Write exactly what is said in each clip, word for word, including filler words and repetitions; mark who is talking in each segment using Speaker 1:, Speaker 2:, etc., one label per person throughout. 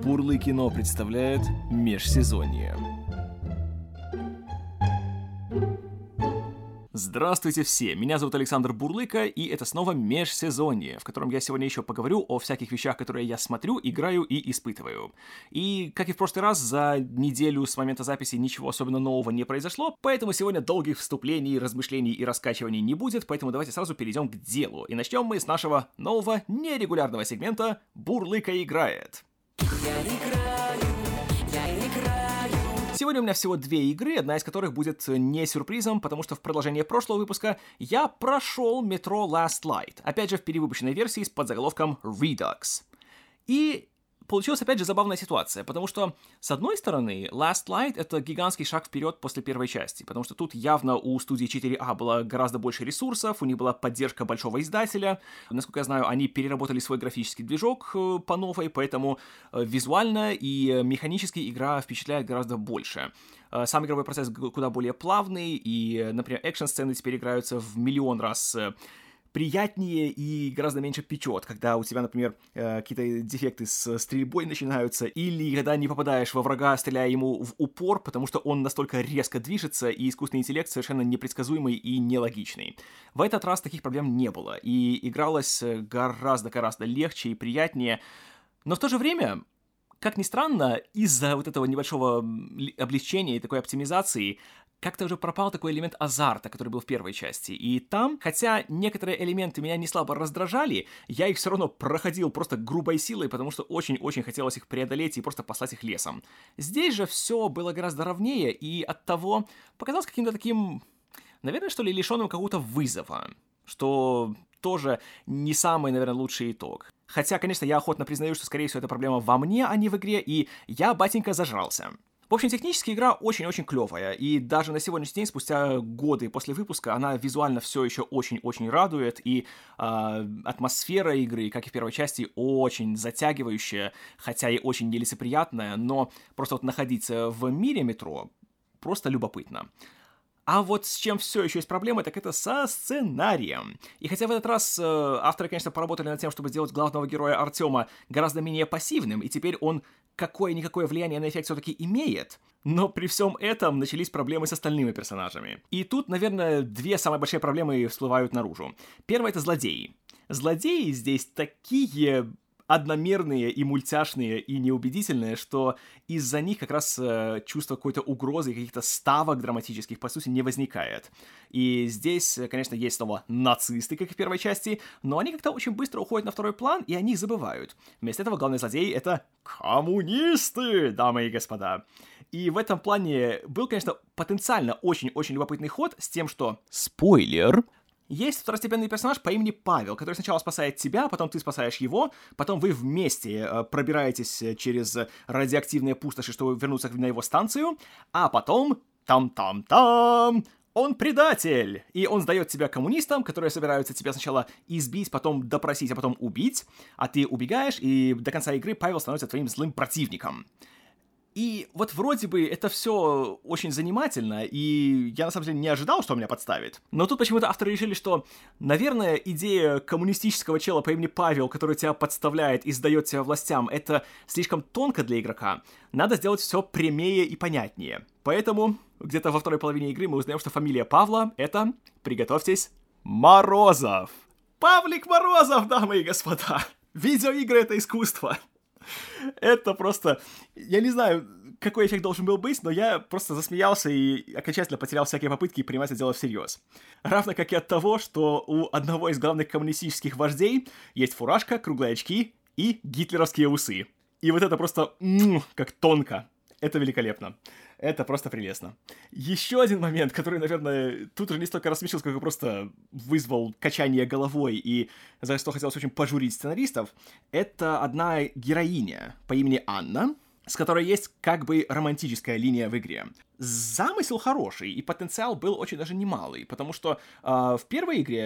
Speaker 1: Бурлы кино представляет межсезонье. Здравствуйте все, меня зовут Александр Бурлыка, и это снова межсезонье, в котором я сегодня еще поговорю о всяких вещах, которые я смотрю, играю и испытываю. И, как и в прошлый раз, за неделю с момента записи ничего особенно нового не произошло, поэтому сегодня долгих вступлений, размышлений и раскачиваний не будет, поэтому давайте сразу перейдем к делу. И начнем мы с нашего нового нерегулярного сегмента «Бурлыка играет». Я играю, я играю. Сегодня у меня всего две игры, одна из которых будет не сюрпризом, потому что в продолжение прошлого выпуска я прошел Metro Last Light, опять же в перевыпущенной версии с подзаголовком Redux. И получилась опять же забавная ситуация, потому что, с одной стороны, Last Light — это гигантский шаг вперед после первой части, потому что тут явно у студии четыре а было гораздо больше ресурсов, у них была поддержка большого издателя, насколько я знаю, они переработали свой графический движок по новой, поэтому визуально и механически игра впечатляет гораздо больше. Сам игровой процесс куда более плавный, и, например, экшн-сцены теперь играются в миллион раз приятнее и гораздо меньше печет, когда у тебя, например, какие-то дефекты с стрельбой начинаются, или когда не попадаешь во врага, стреляя ему в упор, потому что он настолько резко движется, и искусственный интеллект совершенно непредсказуемый и нелогичный. В этот раз таких проблем не было, и игралось гораздо-гораздо легче и приятнее, но в то же время, как ни странно, из-за вот этого небольшого облегчения и такой оптимизации как-то уже пропал такой элемент азарта, который был в первой части. И там, хотя некоторые элементы меня не слабо раздражали, я их все равно проходил просто грубой силой, потому что очень-очень хотелось их преодолеть и просто послать их лесом. Здесь же все было гораздо ровнее, и оттого показалось каким-то таким, наверное, что ли, лишенным какого-то вызова, что тоже не самый, наверное, лучший итог. Хотя, конечно, я охотно признаю, что, скорее всего, это проблема во мне, а не в игре, и я, батенька, зажрался. В общем, технически игра очень-очень клевая, и даже на сегодняшний день, спустя годы после выпуска, она визуально все еще очень-очень радует, и э, атмосфера игры, как и в первой части, очень затягивающая, хотя и очень нелицеприятная, но просто вот находиться в мире метро просто любопытно. А вот с чем все еще есть проблемы, так это со сценарием. И хотя в этот раз э, авторы, конечно, поработали над тем, чтобы сделать главного героя Артема гораздо менее пассивным, и теперь он какое-никакое влияние на эффект все-таки имеет, но при всем этом начались проблемы с остальными персонажами. И тут, наверное, две самые большие проблемы всплывают наружу. Первое — это злодеи. Злодеи здесь такие одномерные и мультяшные и неубедительные, что из-за них как раз э, чувство какой-то угрозы и каких-то ставок драматических, по сути, не возникает. И здесь, конечно, есть снова нацисты, как и в первой части, но они как-то очень быстро уходят на второй план, и они их забывают. Вместо этого главные злодеи — это коммунисты, дамы и господа. И в этом плане был, конечно, потенциально очень-очень любопытный ход с тем, что... Спойлер! Есть второстепенный персонаж по имени Павел, который сначала спасает тебя, потом ты спасаешь его, потом вы вместе э, пробираетесь через радиоактивные пустоши, чтобы вернуться на его станцию, а потом, там-там-там, он предатель, и он сдает тебя коммунистам, которые собираются тебя сначала избить, потом допросить, а потом убить, а ты убегаешь, и до конца игры Павел становится твоим злым противником. И вот вроде бы это все очень занимательно, и я на самом деле не ожидал, что он меня подставит. Но тут почему-то авторы решили, что, наверное, идея коммунистического чела по имени Павел, который тебя подставляет и сдает тебя властям, это слишком тонко для игрока. Надо сделать все прямее и понятнее. Поэтому где-то во второй половине игры мы узнаем, что фамилия Павла — это, приготовьтесь, Морозов. Павлик Морозов, дамы и господа. Видеоигры — это искусство. Это просто... Я не знаю, какой эффект должен был быть, но я просто засмеялся и окончательно потерял всякие попытки принимать это дело всерьез. Равно как и от того, что у одного из главных коммунистических вождей есть фуражка, круглые очки и гитлеровские усы. И вот это просто... м-м, как тонко. Это великолепно. Это просто прелестно. Еще один момент, который, наверное, тут уже не столько рассмешил, сколько просто вызвал качание головой и за что хотелось очень пожурить сценаристов, это одна героиня по имени Анна, с которой есть как бы романтическая линия в игре. Замысел хороший, и потенциал был очень даже немалый, потому что э, в первой игре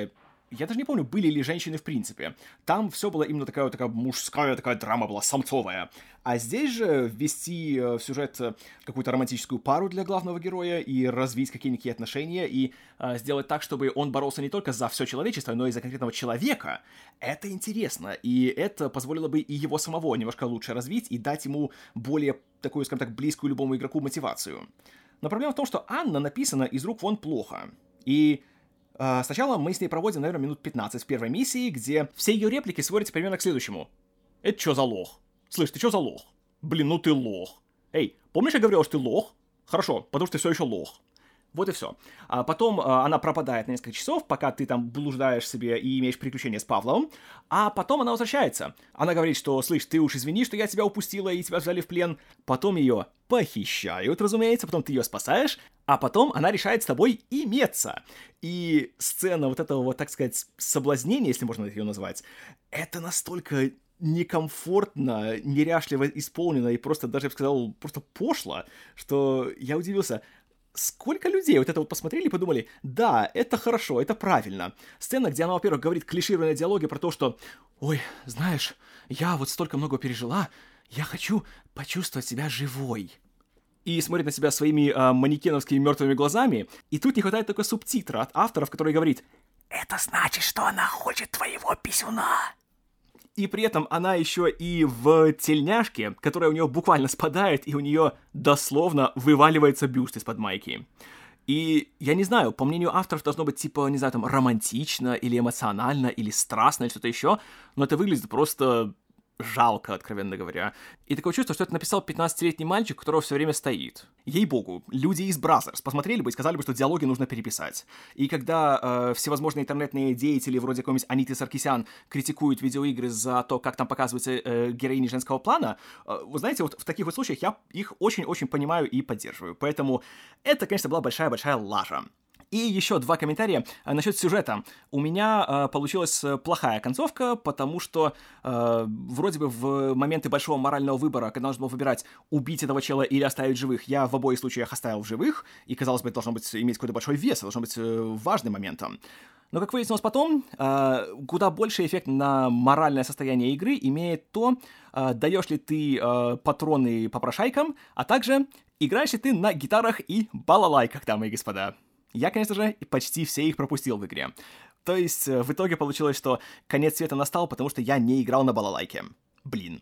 Speaker 1: Я даже не помню, были ли женщины в принципе. Там все было именно такая вот такая мужская такая драма была, самцовая. А здесь же ввести э, в сюжет э, какую-то романтическую пару для главного героя и развить какие-никакие отношения, и э, сделать так, чтобы он боролся не только за все человечество, но и за конкретного человека, это интересно. И это позволило бы и его самого немножко лучше развить и дать ему более такую, скажем так, близкую любому игроку мотивацию. Но проблема в том, что Анна написана из рук вон плохо. И э, сначала мы с ней проводим, наверное, минут пятнадцать в первой миссии, где все ее реплики сводятся примерно к следующему. «Это чё за лох? Слышь, ты чё за лох? Блин, ну ты лох. Эй, помнишь, я говорил, что ты лох? Хорошо, потому что ты все еще лох». Вот и все. А потом а, она пропадает на несколько часов, пока ты там блуждаешь себе и имеешь приключения с Павловым, а потом она возвращается. Она говорит, что, слышь, ты уж извини, что я тебя упустила и тебя взяли в плен. Потом ее похищают, разумеется, потом ты ее спасаешь, а потом она решает с тобой иметься. И сцена вот этого, вот, так сказать, соблазнения, если можно ее назвать, это настолько некомфортно, неряшливо исполнено и просто, даже я бы сказал, просто пошло, что я удивился. Сколько людей вот это вот посмотрели и подумали, да, это хорошо, это правильно. Сцена, где она, во-первых, говорит клишированные диалоги про то, что «Ой, знаешь, я вот столько много пережила, я хочу почувствовать себя живой». И смотрит на себя своими а, манекеновскими мертвыми глазами, и тут не хватает только субтитра от авторов, который говорит «Это значит, что она хочет твоего писюна». И при этом она еще и в тельняшке, которая у нее буквально спадает, и у нее дословно вываливается бюст из-под майки. И я не знаю, по мнению авторов должно быть типа, не знаю, там, романтично, или эмоционально, или страстно, или что-то еще, но это выглядит просто жалко, откровенно говоря. И такое чувство, что это написал пятнадцатилетний мальчик, у которого все время стоит. Ей-богу, люди из Бразерс посмотрели бы и сказали бы, что диалоги нужно переписать. И когда э, всевозможные интернетные деятели, вроде какой-нибудь Аниты Саркисян, критикуют видеоигры за то, как там показываются э, героини женского плана, э, вы знаете, вот в таких вот случаях я их очень-очень понимаю и поддерживаю. Поэтому это, конечно, была большая-большая лажа. И еще два комментария э, насчет сюжета. У меня э, получилась плохая концовка, потому что э, вроде бы в моменты большого морального выбора, когда нужно было выбирать, убить этого чела или оставить живых, я в обоих случаях оставил в живых, и, казалось бы, это должно быть иметь какой-то большой вес, должно быть э, важным моментом. Но, как выяснилось потом, э, куда больше эффект на моральное состояние игры имеет то, э, даешь ли ты э, патроны попрошайкам, а также играешь ли ты на гитарах и балалайках, дамы и господа. Я, конечно же, почти все их пропустил в игре. То есть, в итоге получилось, что конец света настал, потому что я не играл на балалайке. Блин.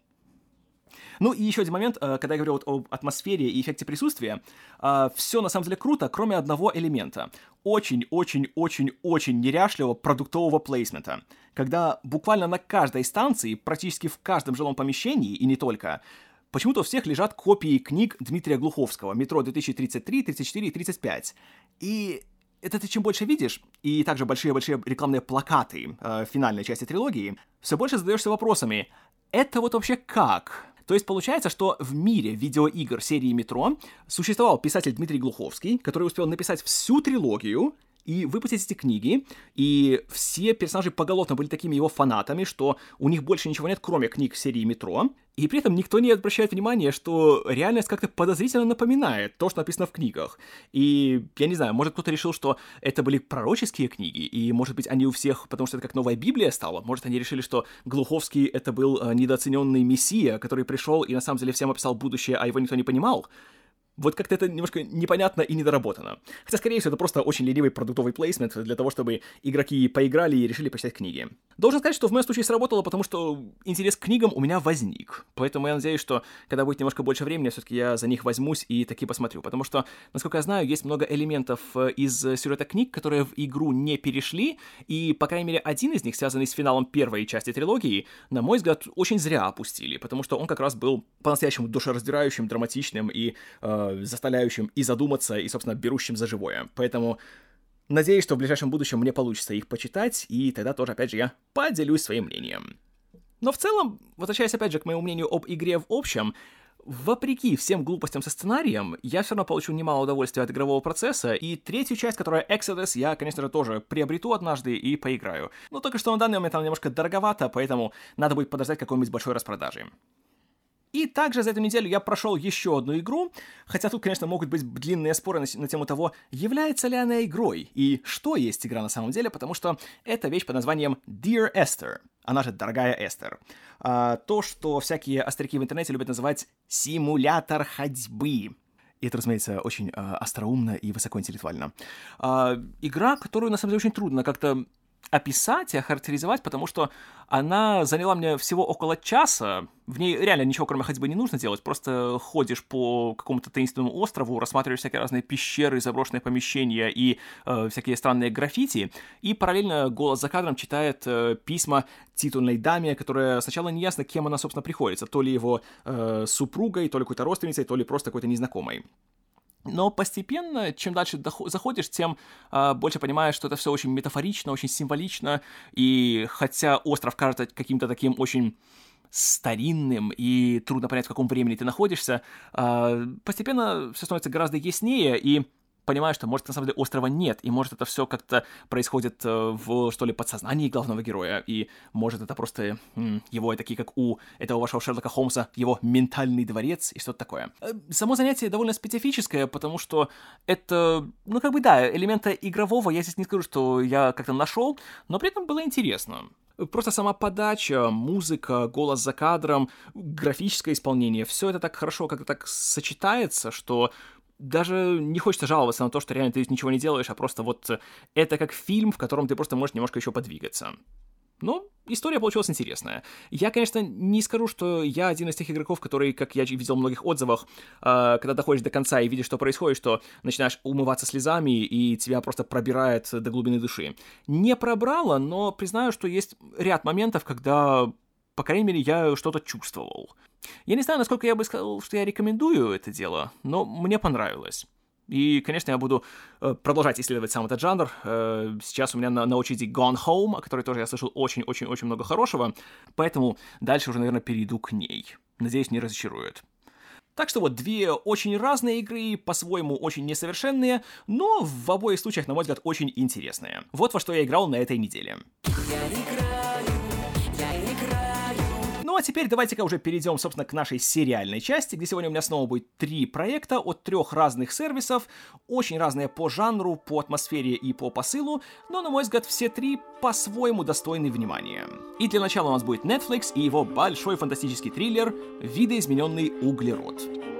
Speaker 1: Ну и еще один момент, когда я говорю вот об атмосфере и эффекте присутствия, все на самом деле круто, кроме одного элемента. Очень-очень-очень-очень неряшливого продуктового плейсмента. Когда буквально на каждой станции, практически в каждом жилом помещении, и не только, почему-то у всех лежат копии книг Дмитрия Глуховского «Метро две тысячи тридцать три», «тридцать четыре» и «тридцать пять». И это ты чем больше видишь, и также большие-большие рекламные плакаты э, финальной части трилогии, все больше задаешься вопросами «Это вот вообще как?». То есть получается, что в мире видеоигр серии «Метро» существовал писатель Дмитрий Глуховский, который успел написать всю трилогию и выпустить эти книги, и все персонажи поголовно были такими его фанатами, что у них больше ничего нет, кроме книг серии «Метро», и при этом никто не обращает внимания, что реальность как-то подозрительно напоминает то, что написано в книгах. И, я не знаю, может кто-то решил, что это были пророческие книги, и, может быть, они у всех, потому что это как новая Библия стала, может, они решили, что Глуховский — это был недооцененный мессия, который пришел и на самом деле всем описал будущее, а его никто не понимал. Вот как-то это немножко непонятно и недоработано. Хотя, скорее всего, это просто очень ленивый продуктовый плейсмент для того, чтобы игроки поиграли и решили почитать книги. Должен сказать, что в моем случае сработало, потому что интерес к книгам у меня возник. Поэтому я надеюсь, что когда будет немножко больше времени, все-таки я за них возьмусь и таки посмотрю. Потому что, насколько я знаю, есть много элементов из сюжета книг, которые в игру не перешли, и, по крайней мере, один из них, связанный с финалом первой части трилогии, на мой взгляд, очень зря опустили, потому что он как раз был по-настоящему душераздирающим, драматичным и э, заставляющим и задуматься, и, собственно, берущим за живое. Поэтому надеюсь, что в ближайшем будущем мне получится их почитать, и тогда тоже, опять же, я поделюсь своим мнением. Но в целом, возвращаясь, опять же, к моему мнению об игре в общем, вопреки всем глупостям со сценарием, я все равно получу немало удовольствия от игрового процесса, и третью часть, которая Exodus, я, конечно же, тоже приобрету однажды и поиграю. Но только что на данный момент она немножко дороговато, поэтому надо будет подождать какой-нибудь большой распродажи. И также за эту неделю я прошел еще одну игру, хотя тут, конечно, могут быть длинные споры на, на тему того, является ли она игрой и что есть игра на самом деле, потому что это вещь под названием Dear Esther, она же Дорогая Эстер. А, то, что всякие остряки в интернете любят называть симулятор ходьбы. И это, разумеется, очень э, остроумно и высокоинтеллектуально. А, игра, которую, на самом деле, очень трудно как-то описать и охарактеризовать, потому что она заняла мне всего около часа. В ней реально ничего, кроме ходьбы, не нужно делать. Просто ходишь по какому-то таинственному острову, рассматриваешь всякие разные пещеры, заброшенные помещения и э, всякие странные граффити, и параллельно голос за кадром читает э, письма титульной даме, которая сначала не ясно, кем она, собственно, приходится. То ли его э, супругой, то ли какой-то родственницей, то ли просто какой-то незнакомой. Но постепенно, чем дальше доход- заходишь, тем э, больше понимаешь, что это все очень метафорично, очень символично, и хотя остров кажется каким-то таким очень старинным, и трудно понять, в каком времени ты находишься, э, постепенно все становится гораздо яснее, и понимаешь, что, может, на самом деле острова нет, и может это все как-то происходит в, что ли, подсознании главного героя, и может это просто м, его, такие как у этого вашего Шерлока Холмса, его ментальный дворец и что-то такое. Само занятие довольно специфическое, потому что это, ну, как бы, да, элемента игрового я здесь не скажу, что я как-то нашел, но при этом было интересно. Просто сама подача, музыка, голос за кадром, графическое исполнение, все это так хорошо как-то так сочетается, что даже не хочется жаловаться на то, что реально ты ничего не делаешь, а просто вот это как фильм, в котором ты просто можешь немножко еще подвигаться. Но история получилась интересная. Я, конечно, не скажу, что я один из тех игроков, которые, как я видел в многих отзывах, э, когда доходишь до конца и видишь, что происходит, что начинаешь умываться слезами, и тебя просто пробирает до глубины души. Не пробрало, но признаю, что есть ряд моментов, когда, по крайней мере, я что-то чувствовал. Я не знаю, насколько я бы сказал, что я рекомендую это дело, но мне понравилось. И, конечно, я буду э, продолжать исследовать сам этот жанр. Э, сейчас у меня на, на очереди Gone Home, о которой тоже я слышал очень-очень-очень много хорошего, поэтому дальше уже, наверное, перейду к ней. Надеюсь, не разочарует. Так что вот две очень разные игры, по-своему очень несовершенные, но в обоих случаях, на мой взгляд, очень интересные. Вот во что я играл на этой неделе. Я играю, я играю. Ну а теперь давайте-ка уже перейдем, собственно, к нашей сериальной части, где сегодня у меня снова будет три проекта от трех разных сервисов, очень разные по жанру, по атмосфере и по посылу, но, на мой взгляд, все три по-своему достойны внимания. И для начала у нас будет Netflix и его большой фантастический триллер «Видоизмененный углерод».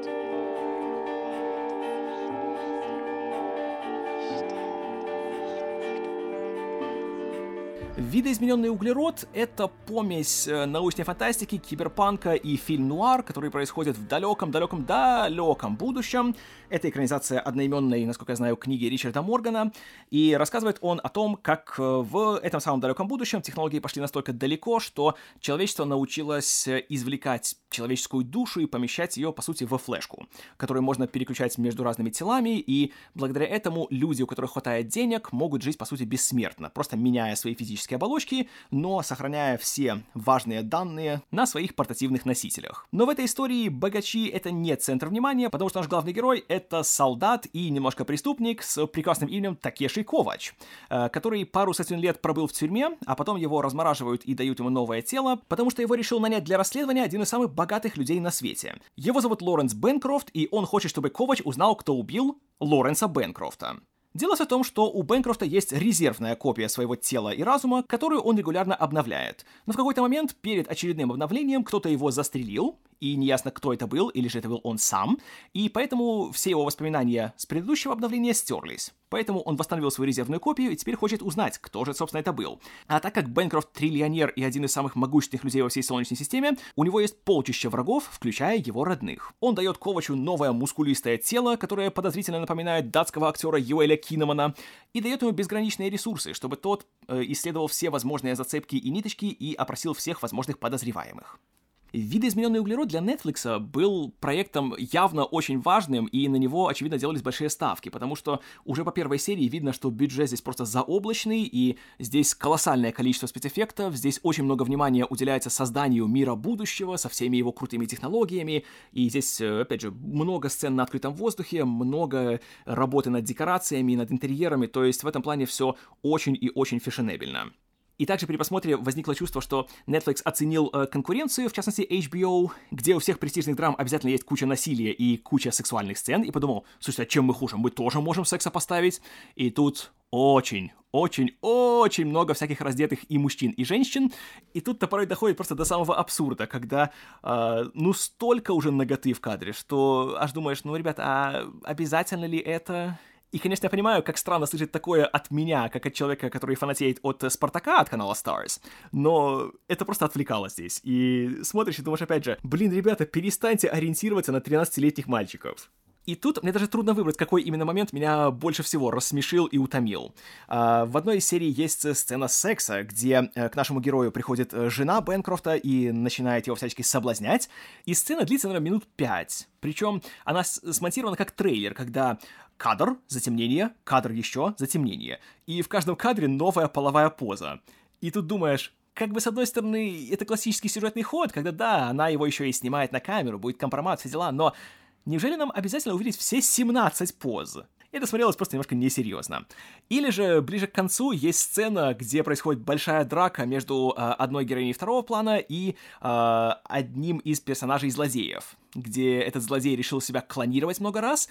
Speaker 1: «Видоизмененный углерод» — это помесь научной фантастики, киберпанка и фильм-нуар, который происходит в далеком-далеком-далеком будущем. Это экранизация одноименной, насколько я знаю, книги Ричарда Моргана, и рассказывает он о том, как в этом самом далеком будущем технологии пошли настолько далеко, что человечество научилось извлекать человеческую душу и помещать ее, по сути, во флешку, которую можно переключать между разными телами, и благодаря этому люди, у которых хватает денег, могут жить, по сути, бессмертно, просто меняя свои физические оболочки, но сохраняя все важные данные на своих портативных носителях. Но в этой истории богачи — это не центр внимания, потому что наш главный герой — это солдат и немножко преступник с прекрасным именем Такеши Ковач, который пару сотен лет пробыл в тюрьме, а потом его размораживают и дают ему новое тело, потому что его решил нанять для расследования один из самых богатых людей на свете. Его зовут Лоренс Бенкрофт, и он хочет, чтобы Ковач узнал, кто убил Лоренса Бенкрофта. Дело в том, что у Бенкрофта есть резервная копия своего тела и разума, которую он регулярно обновляет. Но в какой-то момент перед очередным обновлением кто-то его застрелил, и неясно, кто это был, или же это был он сам, и поэтому все его воспоминания с предыдущего обновления стерлись. Поэтому он восстановил свою резервную копию и теперь хочет узнать, кто же, собственно, это был. А так как Бенкрофт триллионер и один из самых могущественных людей во всей Солнечной системе, у него есть полчища врагов, включая его родных. Он дает Ковачу новое мускулистое тело, которое подозрительно напоминает датского актера Юэля Кинемана, и дает ему безграничные ресурсы, чтобы тот э, исследовал все возможные зацепки и ниточки и опросил всех возможных подозреваемых. «Видоизмененный углерод» для Netflix был проектом явно очень важным, и на него, очевидно, делались большие ставки, потому что уже по первой серии видно, что бюджет здесь просто заоблачный, и здесь колоссальное количество спецэффектов, здесь очень много внимания уделяется созданию мира будущего со всеми его крутыми технологиями, и здесь, опять же, много сцен на открытом воздухе, много работы над декорациями, над интерьерами, то есть в этом плане все очень и очень фешенебельно. И также при просмотре возникло чувство, что Netflix оценил э, конкуренцию, в частности эйч би о, где у всех престижных драм обязательно есть куча насилия и куча сексуальных сцен, и подумал, слушайте, а чем мы хуже? Мы тоже можем секса поставить? И тут очень, очень, очень много всяких раздетых и мужчин, и женщин, и тут-то порой доходит просто до самого абсурда, когда, э, ну, столько уже наготы в кадре, что аж думаешь, ну, ребята, а обязательно ли это... И, конечно, я понимаю, как странно слышать такое от меня, как от человека, который фанатеет от «Спартака» от канала Stars, но это просто отвлекало здесь. И смотришь и думаешь, опять же, блин, ребята, перестаньте ориентироваться на тринадцатилетних мальчиков. И тут мне даже трудно выбрать, какой именно момент меня больше всего рассмешил и утомил. А, в одной из серий есть сцена секса, где а, к нашему герою приходит жена Бэнкрофта и начинает его всячески соблазнять, и сцена длится, наверное, минут пять. Причем она смонтирована как трейлер, когда кадр, затемнение, кадр еще, затемнение. И в каждом кадре новая половая поза. И тут думаешь... Как бы, с одной стороны, это классический сюжетный ход, когда, да, она его еще и снимает на камеру, будет компромат, все дела, но неужели нам обязательно увидеть все семнадцать поз? Это смотрелось просто немножко несерьезно. Или же, ближе к концу, есть сцена, где происходит большая драка между э, одной героиней второго плана и э, одним из персонажей-злодеев, где этот злодей решил себя клонировать много раз,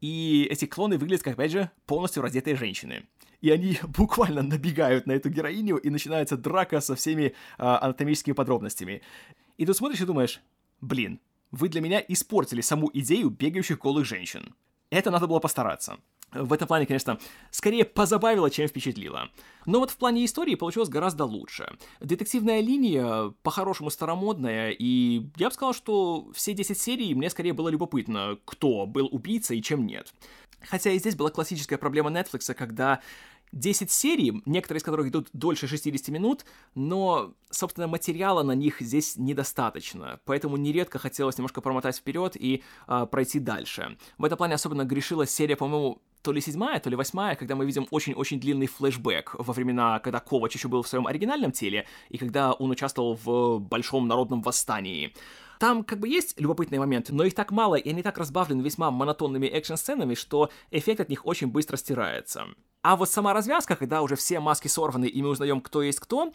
Speaker 1: и эти клоны выглядят, как, опять же, полностью раздетые женщины. И они буквально набегают на эту героиню, и начинается драка со всеми э, анатомическими подробностями. И тут смотришь и думаешь, блин, вы для меня испортили саму идею бегающих голых женщин. Это надо было постараться. В этом плане, конечно, скорее позабавило, чем впечатлило. Но вот в плане истории получилось гораздо лучше. Детективная линия по-хорошему старомодная, и я бы сказал, что все десять серий мне скорее было любопытно, кто был убийцей и чем нет. Хотя и здесь была классическая проблема Netflix, когда десять серий, некоторые из которых идут дольше шестьдесят минут, но, собственно, материала на них здесь недостаточно, поэтому нередко хотелось немножко промотать вперед и э, пройти дальше. В этом плане особенно грешила серия, по-моему, то ли седьмая, то ли восьмая, когда мы видим очень-очень длинный флешбэк во времена, когда Ковач еще был в своем оригинальном теле, и когда он участвовал в большом народном восстании. Там как бы есть любопытные моменты, но их так мало, и они так разбавлены весьма монотонными экшн-сценами, что эффект от них очень быстро стирается. А вот сама развязка, когда уже все маски сорваны, и мы узнаем, кто есть кто,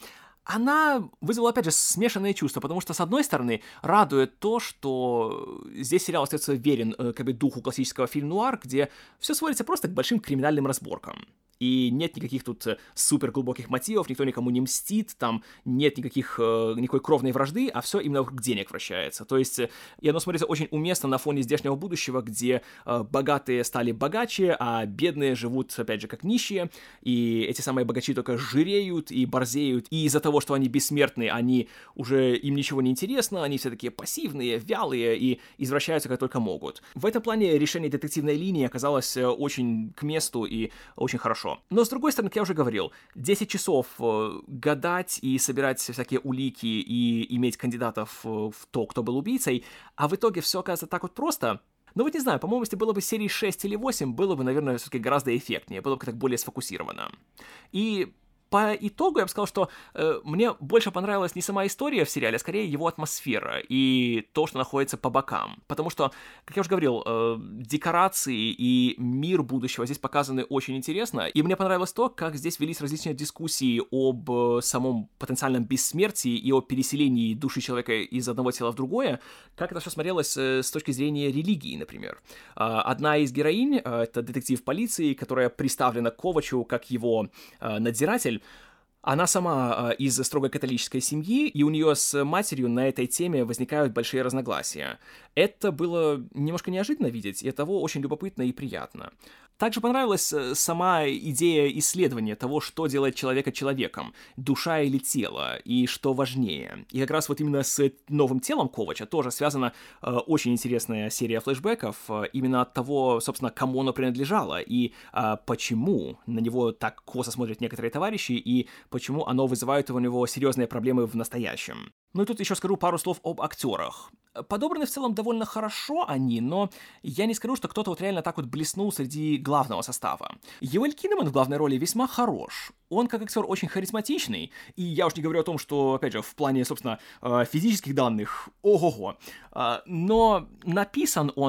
Speaker 1: она вызвала, опять же, смешанные чувства, потому что, с одной стороны, радует то, что здесь сериал остается верен как бы духу классического фильм-нуар, где все сводится просто к большим криминальным разборкам. И нет никаких тут супер глубоких мотивов, никто никому не мстит, там нет никаких, никакой кровной вражды, а все именно вокруг денег вращается. То есть, и оно смотрится очень уместно на фоне здешнего будущего, где богатые стали богаче, а бедные живут, опять же, как нищие, и эти самые богачи только жиреют и борзеют, и из-за того, что они бессмертны, они уже, им ничего не интересно, они все такие пассивные, вялые и извращаются как только могут. В этом плане решение детективной линии оказалось очень к месту и очень хорошо. Но, с другой стороны, как я уже говорил, десять часов э, гадать и собирать всякие улики и иметь кандидатов э, в то, кто был убийцей, а в итоге все оказывается так вот просто. Ну вот не знаю, по-моему, если было бы серии шесть или восемь, было бы, наверное, все-таки гораздо эффектнее, было бы так более сфокусировано. И по итогу я бы сказал, что э, мне больше понравилась не сама история в сериале, а скорее его атмосфера и то, что находится по бокам. Потому что, как я уже говорил, э, декорации и мир будущего здесь показаны очень интересно. И мне понравилось то, как здесь велись различные дискуссии об э, самом потенциальном бессмертии и о переселении души человека из одного тела в другое. Как это все смотрелось э, с точки зрения религии, например. Э, одна из героинь, э, это детектив полиции, которая приставлена к Ковачу как его э, надзиратель. Она сама э, из строго католической семьи, и у нее с матерью на этой теме возникают большие разногласия. Это было немножко неожиданно видеть, и оттого очень любопытно и приятно. Также понравилась сама идея исследования того, что делает человека человеком, душа или тело, и что важнее. И как раз вот именно с новым телом Ковача тоже связана э, очень интересная серия флешбеков, э, именно от того, собственно, кому оно принадлежало, и э, почему на него так косо смотрят некоторые товарищи, и почему оно вызывает у него серьезные проблемы в настоящем. Ну и тут еще скажу пару слов об актерах. Подобраны в целом довольно хорошо они, но я не скажу, что кто-то вот реально так вот блеснул среди главного состава. Йоэль Киннеман в главной роли весьма хорош. Он как актер очень харизматичный, и я уж не говорю о том, что, опять же, в плане, собственно, физических данных, ого-го. Но написан он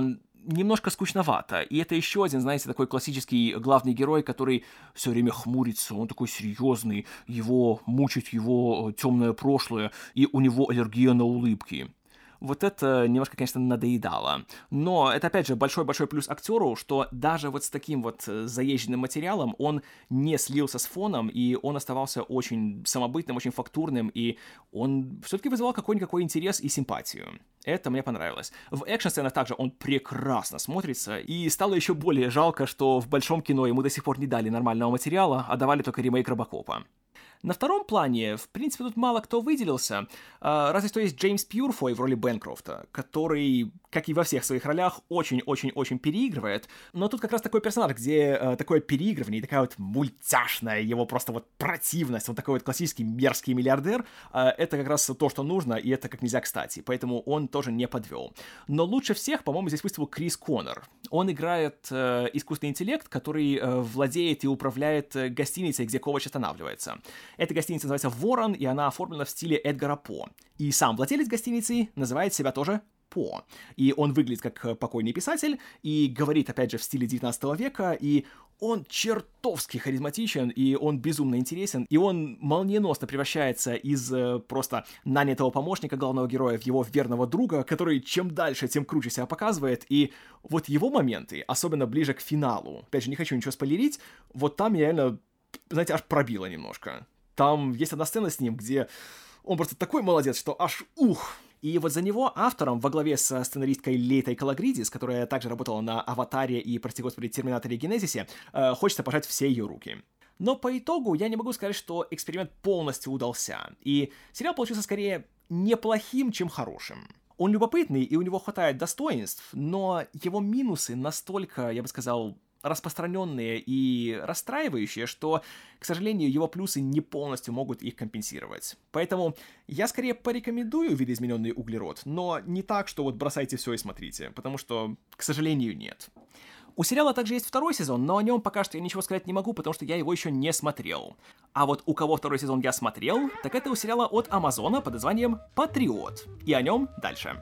Speaker 1: немножко скучновато. И это еще один, знаете, такой классический главный герой, который все время хмурится, он такой серьезный, его мучает его темное прошлое, и у него аллергия на улыбки. Вот это немножко, конечно, надоедало. Но это, опять же, большой-большой плюс актеру, что даже вот с таким вот заезженным материалом он не слился с фоном, и он оставался очень самобытным, очень фактурным, и он все-таки вызывал какой-никакой интерес и симпатию. Это мне понравилось. В экшн-сценах также он прекрасно смотрится, и стало еще более жалко, что в большом кино ему до сих пор не дали нормального материала, а давали только ремейк Робокопа. На втором плане, в принципе, тут мало кто выделился, разве что есть Джеймс Пьюрфой в роли Бэнкрофта, который, как и во всех своих ролях, очень-очень-очень переигрывает, но тут как раз такой персонаж, где э, такое переигрывание, такая вот мультяшная его просто вот противность, он такой вот классический мерзкий миллиардер, э, это как раз то, что нужно, и это как нельзя кстати, поэтому он тоже не подвел. Но лучше всех, по-моему, здесь выступил Крис Коннор. Он играет э, искусственный интеллект, который э, владеет и управляет э, гостиницей, где Ковач останавливается. Эта гостиница называется «Ворон», и она оформлена в стиле Эдгара По. И сам владелец гостиницы называет себя тоже По. И он выглядит как покойный писатель, и говорит, опять же, в стиле девятнадцатого века, и он чертовски харизматичен, и он безумно интересен, и он молниеносно превращается из э, просто нанятого помощника главного героя в его верного друга, который чем дальше, тем круче себя показывает, и вот его моменты, особенно ближе к финалу, опять же, не хочу ничего спойлерить, вот там я реально, знаете, аж пробило немножко. Там есть одна сцена с ним, где он просто такой молодец, что аж ух. И вот за него автором во главе со сценаристкой Лейтой Калагридис, которая также работала на «Аватаре» и, прости господи, «Терминаторе» и «Генезисе», э, хочется пожать все ее руки. Но по итогу я не могу сказать, что эксперимент полностью удался. И сериал получился скорее неплохим, чем хорошим. Он любопытный, и у него хватает достоинств, но его минусы настолько, я бы сказал, распространенные и расстраивающие, что, к сожалению, его плюсы не полностью могут их компенсировать. Поэтому я скорее порекомендую «Видоизмененный углерод», но не так, что вот бросайте все и смотрите, потому что, к сожалению, нет. У сериала также есть второй сезон, но о нем пока что я ничего сказать не могу, потому что я его еще не смотрел. А вот у кого второй сезон я смотрел, так это у сериала от Амазона под названием «Патриот». И о нем дальше.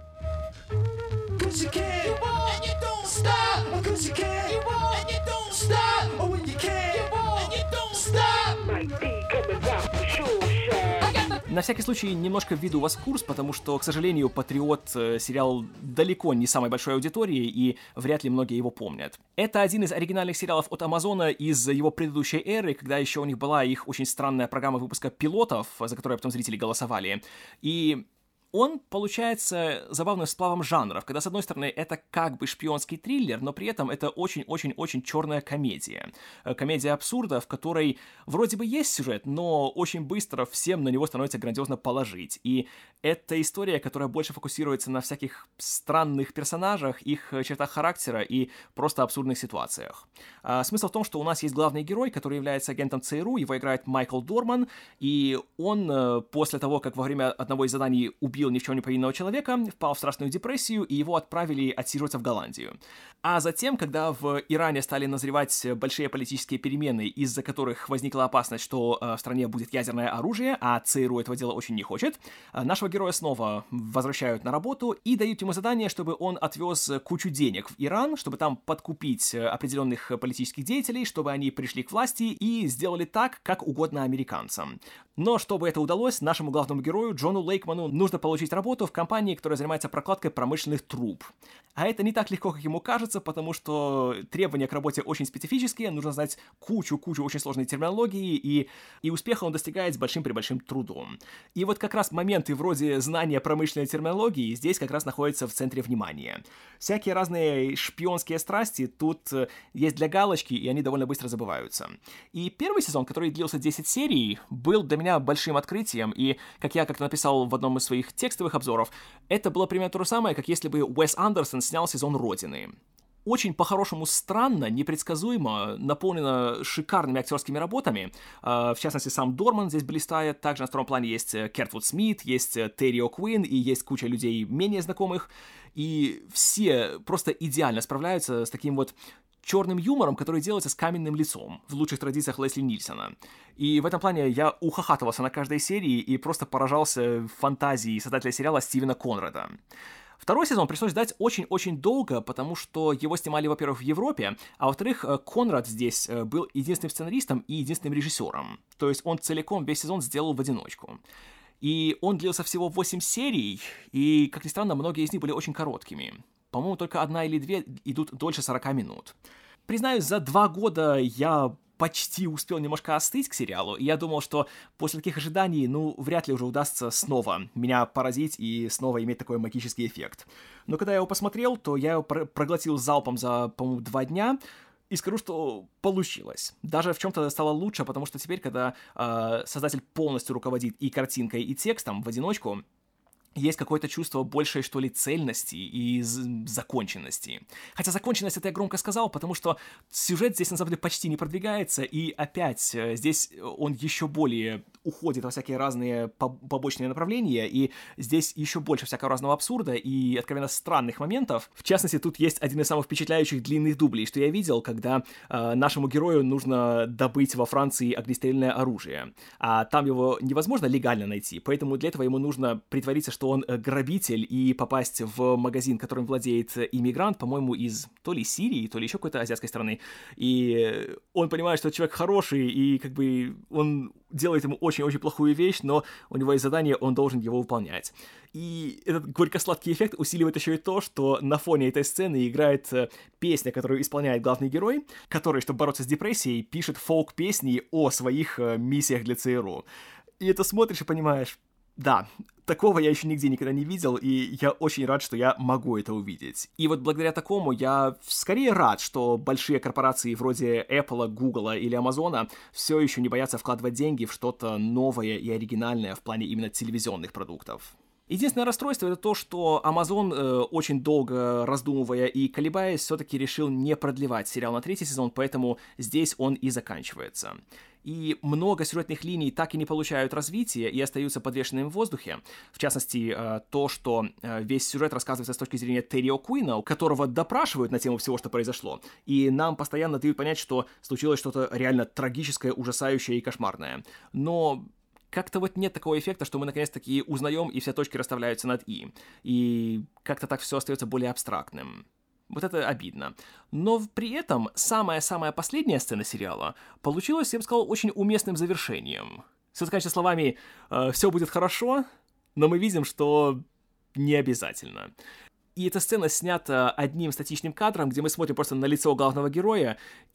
Speaker 1: На всякий случай немножко введу вас в курс, потому что, к сожалению, «Патриот» сериал далеко не самой большой аудитории, и вряд ли многие его помнят. Это один из оригинальных сериалов от Амазона из его предыдущей эры, когда еще у них была их очень странная программа выпуска пилотов, за которую потом зрители голосовали. И он получается забавным сплавом жанров, когда, с одной стороны, это как бы шпионский триллер, но при этом это очень-очень-очень черная комедия. Комедия абсурда, в которой вроде бы есть сюжет, но очень быстро всем на него становится грандиозно положить. И это история, которая больше фокусируется на всяких странных персонажах, их чертах характера и просто абсурдных ситуациях. А смысл в том, что у нас есть главный герой, который является агентом ЦРУ, его играет Майкл Дорман, и он после того, как во время одного из заданий убил ни в чем не повинного человека, впал в страшную депрессию, и его отправили отсиживаться в Голландию. А затем, когда в Иране стали назревать большие политические перемены, из-за которых возникла опасность, что в стране будет ядерное оружие, а ЦРУ этого дела очень не хочет, нашего героя снова возвращают на работу и дают ему задание, чтобы он отвез кучу денег в Иран, чтобы там подкупить определенных политических деятелей, чтобы они пришли к власти и сделали так, как угодно американцам. Но чтобы это удалось, нашему главному герою Джону Лейкману нужно получить работу в компании, которая занимается прокладкой промышленных труб. А это не так легко, как ему кажется, потому что требования к работе очень специфические, нужно знать кучу-кучу очень сложной терминологии, и, и успеха он достигает с большим-пребольшим трудом. И вот как раз моменты вроде знания промышленной терминологии здесь как раз находятся в центре внимания. Всякие разные шпионские страсти тут есть для галочки, и они довольно быстро забываются. И первый сезон, который длился десять серий, был для меня большим открытием, и, как я как-то написал в одном из своих текстовых обзоров, это было примерно то же самое, как если бы Уэс Андерсон снял сезон «Родины». Очень по-хорошему странно, непредсказуемо, наполнено шикарными актерскими работами. В частности, сам Дорман здесь блистает. Также на втором плане есть Кертвуд Смит, есть Терри О'Куин и есть куча людей менее знакомых. И все просто идеально справляются с таким вот черным юмором, который делается с каменным лицом, в лучших традициях Лесли Нильсона. И в этом плане я ухахатывался на каждой серии и просто поражался фантазией создателя сериала Стивена Конрада. Второй сезон пришлось ждать очень-очень долго, потому что его снимали, во-первых, в Европе, а во-вторых, Конрад здесь был единственным сценаристом и единственным режиссером. То есть он целиком весь сезон сделал в одиночку. И он длился всего восемь серий, и, как ни странно, многие из них были очень короткими. По-моему, только одна или две идут дольше сорока минут. Признаюсь, за два года я почти успел немножко остыть к сериалу, и я думал, что после таких ожиданий, ну, вряд ли уже удастся снова меня поразить и снова иметь такой магический эффект. Но когда я его посмотрел, то я его проглотил залпом за, по-моему, два дня, и скажу, что получилось. Даже в чем-то стало лучше, потому что теперь, когда э, создатель полностью руководит и картинкой, и текстом в одиночку, есть какое-то чувство большей, что ли, цельности и законченности. Хотя законченность это я громко сказал, потому что сюжет здесь, на самом деле, почти не продвигается, и опять здесь он еще более уходит во всякие разные побочные направления, и здесь еще больше всякого разного абсурда и откровенно странных моментов. В частности, тут есть один из самых впечатляющих длинных дублей, что я видел, когда э, нашему герою нужно добыть во Франции огнестрельное оружие, а там его невозможно легально найти, поэтому для этого ему нужно притвориться, что что он грабитель, и попасть в магазин, которым владеет иммигрант, по-моему, из то ли Сирии, то ли еще какой-то азиатской страны. И он понимает, что человек хороший, и как бы он делает ему очень-очень плохую вещь, но у него есть задание, он должен его выполнять. И этот горько-сладкий эффект усиливает еще и то, что на фоне этой сцены играет песня, которую исполняет главный герой, который, чтобы бороться с депрессией, пишет фолк-песни о своих миссиях для ЦРУ. И это смотришь и понимаешь, да, такого я еще нигде никогда не видел, и я очень рад, что я могу это увидеть. И вот благодаря такому я скорее рад, что большие корпорации вроде Apple, Google или Amazon все еще не боятся вкладывать деньги в что-то новое и оригинальное в плане именно телевизионных продуктов. Единственное расстройство — это то, что Amazon, э, очень долго раздумывая и колебаясь, все-таки решил не продлевать сериал на третий сезон, поэтому здесь он и заканчивается. И много сюжетных линий так и не получают развития и остаются подвешенными в воздухе. В частности, э, то, что э, весь сюжет рассказывается с точки зрения Терри О'Куина, которого допрашивают на тему всего, что произошло, и нам постоянно дают понять, что случилось что-то реально трагическое, ужасающее и кошмарное. Но как-то вот нет такого эффекта, что мы наконец-таки узнаем, и все точки расставляются над «и». И как-то так все остается более абстрактным. Вот это обидно. Но при этом самая-самая последняя сцена сериала получилась, я бы сказал, очень уместным завершением. Все заканчивается словами «все будет хорошо», но мы видим, что не обязательно. И эта сцена снята одним статичным кадром, где мы смотрим просто на лицо главного героя,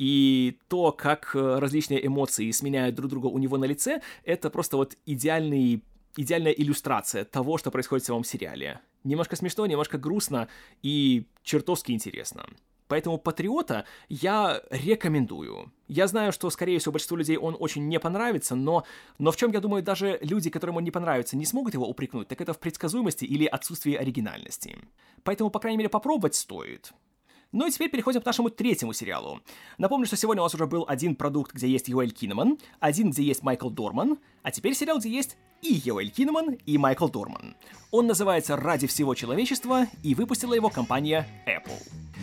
Speaker 1: и то, как различные эмоции сменяют друг друга у него на лице, это просто вот идеальный, идеальная иллюстрация того, что происходит в самом сериале. Немножко смешно, немножко грустно и чертовски интересно. Поэтому «Патриота» я рекомендую. Я знаю, что, скорее всего, большинству людей он очень не понравится, но, но в чем, я думаю, даже люди, которым он не понравится, не смогут его упрекнуть, так это в предсказуемости или отсутствии оригинальности. Поэтому, по крайней мере, попробовать стоит. Ну и теперь переходим к нашему третьему сериалу. Напомню, что сегодня у нас уже был один продукт, где есть Йоэль Киннаман, один, где есть Майкл Дорман, а теперь сериал, где есть и Йоэль Киннаман, и Майкл Дорман. Он называется «Ради всего человечества», и выпустила его компания Apple.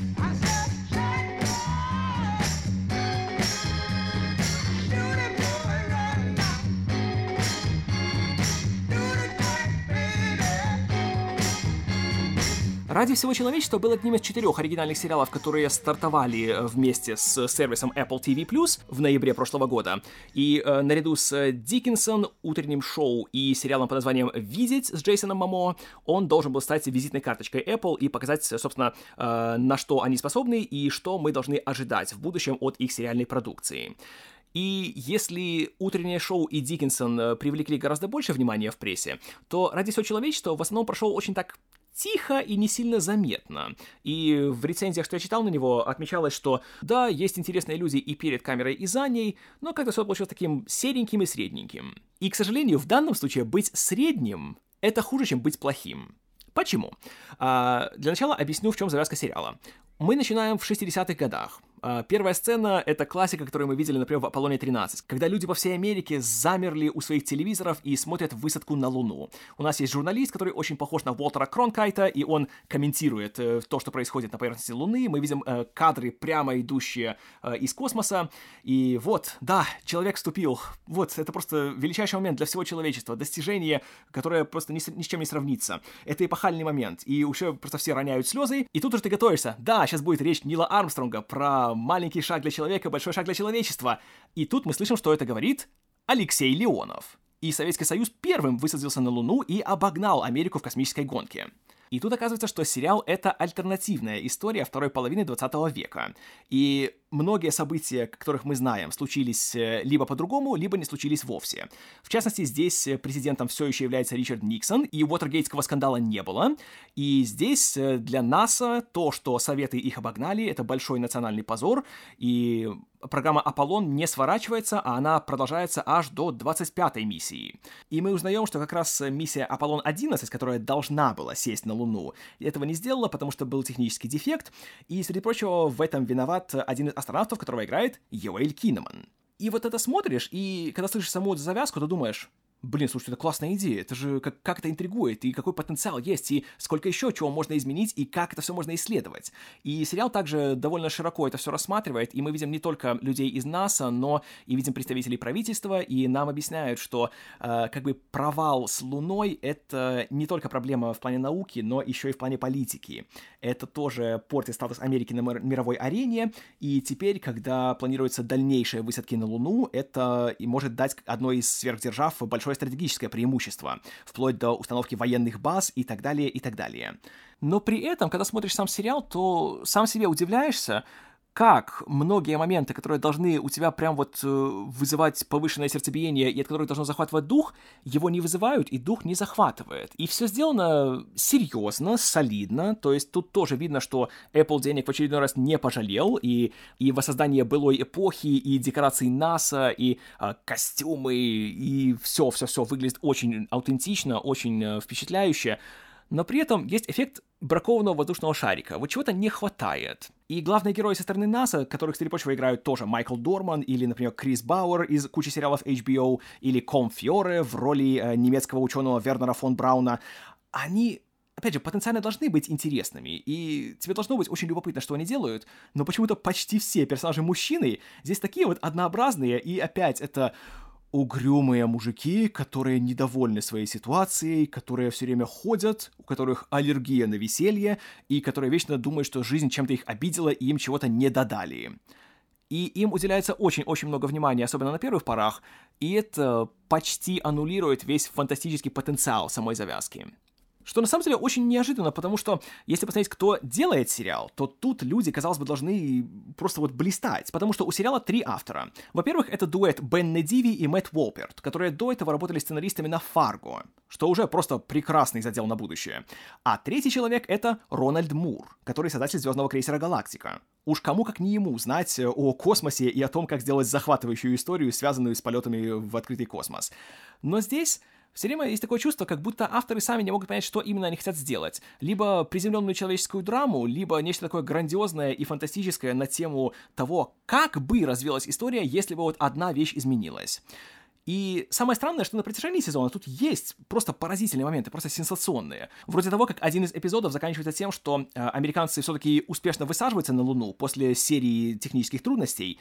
Speaker 1: «Ради всего человечества» был одним из четырех оригинальных сериалов, которые стартовали вместе с сервисом Apple ти ви плюс в ноябре прошлого года. И э, наряду с «Диккенсон», утренним шоу и сериалом под названием «Видеть» с Джейсоном Момоа, он должен был стать визитной карточкой Apple и показать, собственно, э, на что они способны и что мы должны ожидать в будущем от их сериальной продукции. И если утреннее шоу и Диккенсон привлекли гораздо больше внимания в прессе, то «Ради всего человечества» в основном прошел очень так тихо и не сильно заметно. И в рецензиях, что я читал на него, отмечалось, что да, есть интересные люди и перед камерой, и за ней, но как-то все получилось таким сереньким и средненьким. И, к сожалению, в данном случае быть средним — это хуже, чем быть плохим. Почему? А, для начала объясню, в чем завязка сериала. Мы начинаем в шестидесятых годах. Первая сцена — это классика, которую мы видели, например, в Аполлоне тринадцать, когда люди по всей Америке замерли у своих телевизоров и смотрят высадку на Луну. У нас есть журналист, который очень похож на Уолтера Кронкайта, и он комментирует э, то, что происходит на поверхности Луны. Мы видим э, кадры, прямо идущие э, из космоса, и вот, да, человек вступил. Вот, это просто величайший момент для всего человечества, достижение, которое просто ни с, ни с чем не сравнится. Это эпохальный момент, и уже просто все роняют слезы, и тут уже ты готовишься. Да, сейчас будет речь Нила Армстронга про маленький шаг для человека, большой шаг для человечества. И тут мы слышим, что это говорит Алексей Леонов. И Советский Союз первым высадился на Луну и обогнал Америку в космической гонке. И тут оказывается, что сериал — это альтернативная история второй половины двадцатого века. И многие события, которых мы знаем, случились либо по-другому, либо не случились вовсе. В частности, здесь президентом все еще является Ричард Никсон, и Уотергейтского скандала не было. И здесь для НАСА то, что Советы их обогнали, это большой национальный позор, и программа «Аполлон» не сворачивается, а она продолжается аж до двадцать пятой миссии. И мы узнаем, что как раз миссия «Аполлон одиннадцать», которая должна была сесть на Луну, этого не сделала, потому что был технический дефект, и, среди прочего, в этом виноват один из астронавтов, которого играет Йоэль Киннеман. И вот это смотришь, и когда слышишь саму эту завязку, то думаешь: блин, слушай, это классная идея, это же как, как это интригует, и какой потенциал есть, и сколько еще чего можно изменить, и как это все можно исследовать. И сериал также довольно широко это все рассматривает, и мы видим не только людей из НАСА, но и видим представителей правительства, и нам объясняют, что э, как бы провал с Луной — это не только проблема в плане науки, но еще и в плане политики. Это тоже портит статус Америки на мировой арене, и теперь, когда планируются дальнейшие высадки на Луну, это и может дать одной из сверхдержав большое стратегическое преимущество, вплоть до установки военных баз и так далее, и так далее. Но при этом, когда смотришь сам сериал, то сам себе удивляешься, как многие моменты, которые должны у тебя прям вот э, вызывать повышенное сердцебиение и от которых должно захватывать дух, его не вызывают и дух не захватывает. И все сделано серьезно, солидно, то есть тут тоже видно, что Apple денег в очередной раз не пожалел, и, и воссоздание былой эпохи, и декорации НАСА, и э, костюмы, и все-все-все выглядит очень аутентично, очень э, впечатляюще. Но при этом есть эффект бракованного воздушного шарика. Вот чего-то не хватает. И главные герои со стороны НАСА, которых, среди прочего, играют тоже Майкл Дорман или, например, Крис Бауэр из кучи сериалов эйч би о, или Ком Фьоре в роли э, немецкого ученого Вернера фон Брауна, они, опять же, потенциально должны быть интересными, и тебе должно быть очень любопытно, что они делают, но почему-то почти все персонажи мужчины здесь такие вот однообразные, и опять это угрюмые мужики, которые недовольны своей ситуацией, которые все время ходят, у которых аллергия на веселье, и которые вечно думают, что жизнь чем-то их обидела и им чего-то не додали. И им уделяется очень-очень много внимания, особенно на первых порах, и это почти аннулирует весь фантастический потенциал самой завязки. Что на самом деле очень неожиданно, потому что, если посмотреть, кто делает сериал, то тут люди, казалось бы, должны просто вот блистать, потому что у сериала три автора. Во-первых, это дуэт Бен Недиви и Мэтт Уолперт, которые до этого работали сценаристами на «Фарго», что уже просто прекрасный задел на будущее. А третий человек — это Рональд Мур, который создатель «Звездного крейсера Галактика». Уж кому как не ему знать о космосе и о том, как сделать захватывающую историю, связанную с полетами в открытый космос. Но здесь все время есть такое чувство, как будто авторы сами не могут понять, что именно они хотят сделать. Либо приземленную человеческую драму, либо нечто такое грандиозное и фантастическое на тему того, как бы развилась история, если бы вот одна вещь изменилась. И самое странное, что на протяжении сезона тут есть просто поразительные моменты, просто сенсационные. Вроде того, как один из эпизодов заканчивается тем, что э, американцы все-таки успешно высаживаются на Луну после серии технических трудностей,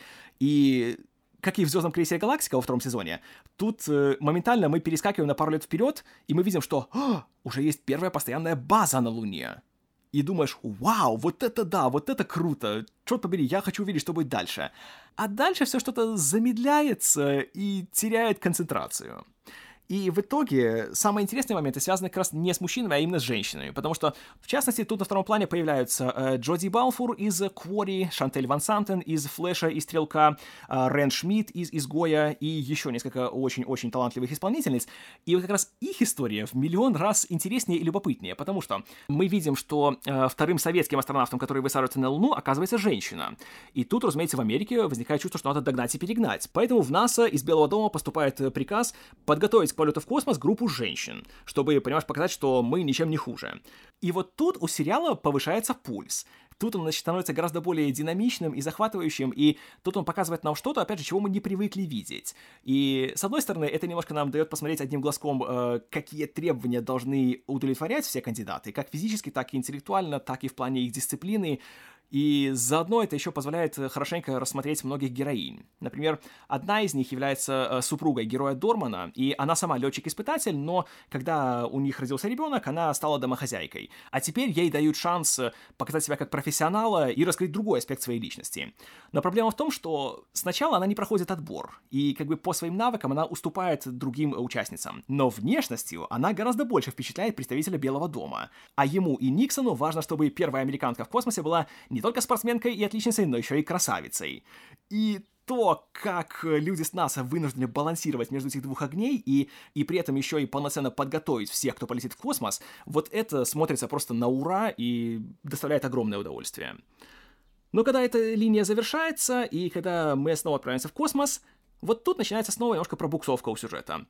Speaker 1: и как и в «Звездном крейсере Галактика» во втором сезоне, тут э, моментально мы перескакиваем на пару лет вперед, и мы видим, что «О, уже есть первая постоянная база на Луне». И думаешь: вау, вот это да, вот это круто, черт побери, я хочу увидеть, что будет дальше. А дальше все что-то замедляется и теряет концентрацию. И в итоге самые интересные моменты связаны как раз не с мужчинами, а именно с женщинами, потому что, в частности, тут на втором плане появляются э, Джоди Балфур из «Квори», Шантель Ван Сантен из «Флэша» и «Стрелка», э, Рен Шмидт из «Изгоя» и еще несколько очень-очень талантливых исполнительниц. И вот как раз их история в миллион раз интереснее и любопытнее, потому что мы видим, что э, вторым советским астронавтом, который высаживается на Луну, оказывается женщина. И тут, разумеется, в Америке возникает чувство, что надо догнать и перегнать. Поэтому в НАСА из Белого дома поступает приказ подготовить к полету в космос группу женщин, чтобы, понимаешь, показать, что мы ничем не хуже. И вот тут у сериала повышается пульс. тут он, значит, становится гораздо более динамичным и захватывающим, и тут он показывает нам что-то, опять же, чего мы не привыкли видеть. И, с одной стороны, это немножко нам дает посмотреть одним глазком, э, какие требования должны удовлетворять все кандидаты, как физически, так и интеллектуально, так и в плане их дисциплины. И заодно это еще позволяет хорошенько рассмотреть многих героинь. Например, одна из них является супругой героя Дормана, и она сама летчик-испытатель, но когда у них родился ребенок, она стала домохозяйкой. А теперь ей дают шанс показать себя как профессионала и раскрыть другой аспект своей личности. Но проблема в том, что сначала она не проходит отбор, и как бы по своим навыкам она уступает другим участницам. Но внешностью она гораздо больше впечатляет представителя Белого дома. А ему и Никсону важно, чтобы первая американка в космосе была не только спортсменкой и отличницей, но еще и красавицей. И то, как люди с НАСА вынуждены балансировать между этих двух огней и, и при этом еще и полноценно подготовить всех, кто полетит в космос, вот это смотрится просто на ура и доставляет огромное удовольствие. Но когда эта линия завершается, и когда мы снова отправимся в космос, вот тут начинается снова немножко пробуксовка у сюжета.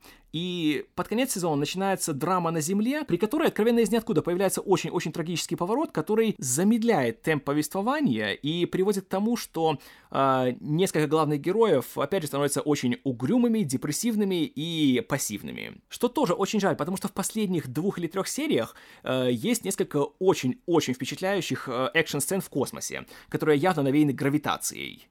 Speaker 1: И под конец сезона начинается драма на Земле, при которой откровенно из ниоткуда появляется очень-очень трагический поворот, который замедляет темп повествования и приводит к тому, что э, несколько главных героев, опять же, становятся очень угрюмыми, депрессивными и пассивными. Что тоже очень жаль, потому что в последних двух или трех сериях э, есть несколько очень-очень впечатляющих э, экшн-сцен в космосе, которые явно навеяны гравитацией.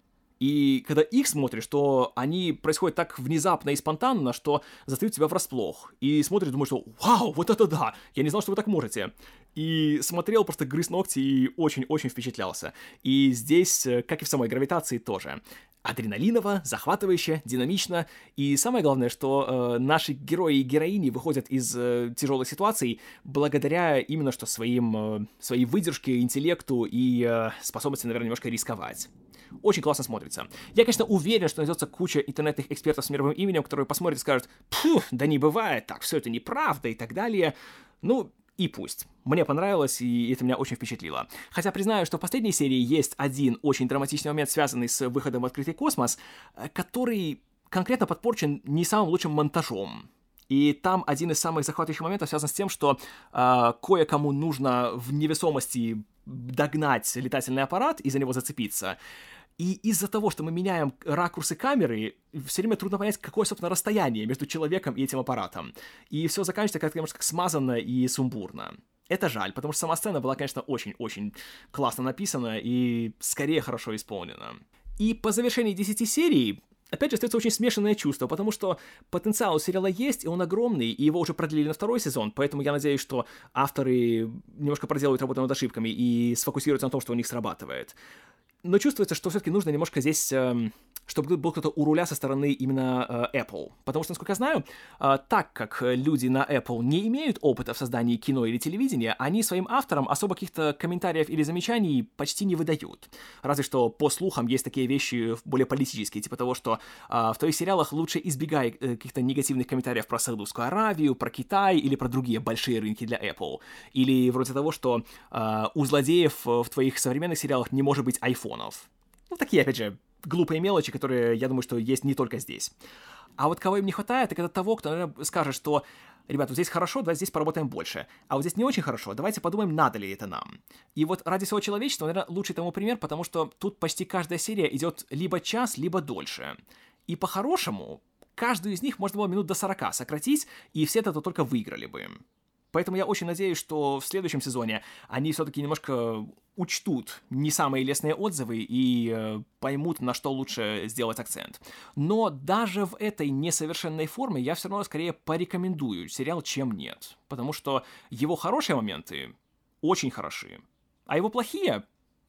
Speaker 1: И когда их смотришь, то они происходят так внезапно и спонтанно, что застают тебя врасплох. И смотришь, думаешь, что «Вау, вот это да! Я не знал, что вы так можете!» И смотрел, просто грыз ногти и очень-очень впечатлялся. И здесь, как и в самой гравитации, тоже. Адреналиново, захватывающе, динамично. И самое главное, что э, наши герои и героини выходят из э, тяжелых ситуаций благодаря именно что своим, э, своей выдержке, интеллекту и э, способности, наверное, немножко рисковать. Очень классно смотрится. Я, конечно, уверен, что найдется куча интернетных экспертов с мировым именем, которые посмотрят и скажут: «Пфу, да не бывает так, все это неправда» и так далее. Ну, и пусть. Мне понравилось, и это меня очень впечатлило. Хотя признаю, что в последней серии есть один очень драматичный момент, связанный с выходом в открытый космос, который конкретно подпорчен не самым лучшим монтажом. И там один из самых захватывающих моментов связан с тем, что э, кое-кому нужно в невесомости догнать летательный аппарат и за него зацепиться. И из-за того, что мы меняем ракурсы камеры, все время трудно понять, какое, собственно, расстояние между человеком и этим аппаратом. И все заканчивается как-то немножко смазанно и сумбурно. Это жаль, потому что сама сцена была, конечно, очень-очень классно написана и скорее хорошо исполнена. И по завершении десяти серий, опять же, остается очень смешанное чувство, потому что потенциал у сериала есть, и он огромный, и его уже продлили на второй сезон, поэтому я надеюсь, что авторы немножко проделают работу над ошибками и сфокусируются на том, что у них срабатывает. Но чувствуется, что все-таки нужно немножко здесь, э, чтобы был кто-то у руля со стороны именно э, Apple. Потому что, насколько я знаю, э, так как люди на Apple не имеют опыта в создании кино или телевидения, они своим авторам особо каких-то комментариев или замечаний почти не выдают. Разве что, по слухам, есть такие вещи более политические, типа того, что э, в твоих сериалах лучше избегай э, каких-то негативных комментариев про Саудовскую Аравию, про Китай или про другие большие рынки для Apple. Или вроде того, что э, у злодеев в твоих современных сериалах не может быть iPhone. Ну, такие, опять же, глупые мелочи, которые, я думаю, что есть не только здесь. А вот кого им не хватает, так это того, кто, наверное, скажет, что, ребят, вот здесь хорошо, давайте здесь поработаем больше. А вот здесь не очень хорошо, давайте подумаем, надо ли это нам. И вот ради всего человечества, наверное, лучший тому пример, потому что тут почти каждая серия идет либо час, либо дольше. И по-хорошему, каждую из них можно было минут до сорока сократить, и все это только выиграли бы. Поэтому я очень надеюсь, что в следующем сезоне они все-таки немножко учтут не самые лестные отзывы и э, поймут, на что лучше сделать акцент. Но даже в этой несовершенной форме я все равно скорее порекомендую сериал, чем нет. Потому что его хорошие моменты очень хороши, а его плохие,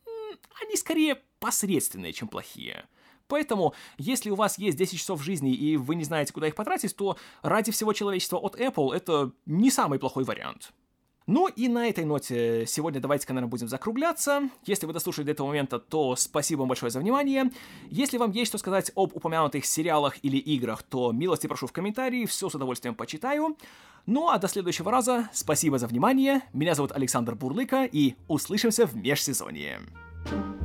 Speaker 1: они скорее посредственные, чем плохие. Поэтому, если у вас есть десять часов жизни и вы не знаете, куда их потратить, то ради всего человечества от Apple это не самый плохой вариант. Ну и на этой ноте сегодня давайте-ка, наверное, будем закругляться. Если вы дослушали до этого момента, то спасибо вам большое за внимание. Если вам есть что сказать об упомянутых сериалах или играх, то милости прошу в комментарии, все с удовольствием почитаю. Ну а до следующего раза, спасибо за внимание, меня зовут Александр Бурлыка, и услышимся в межсезонье.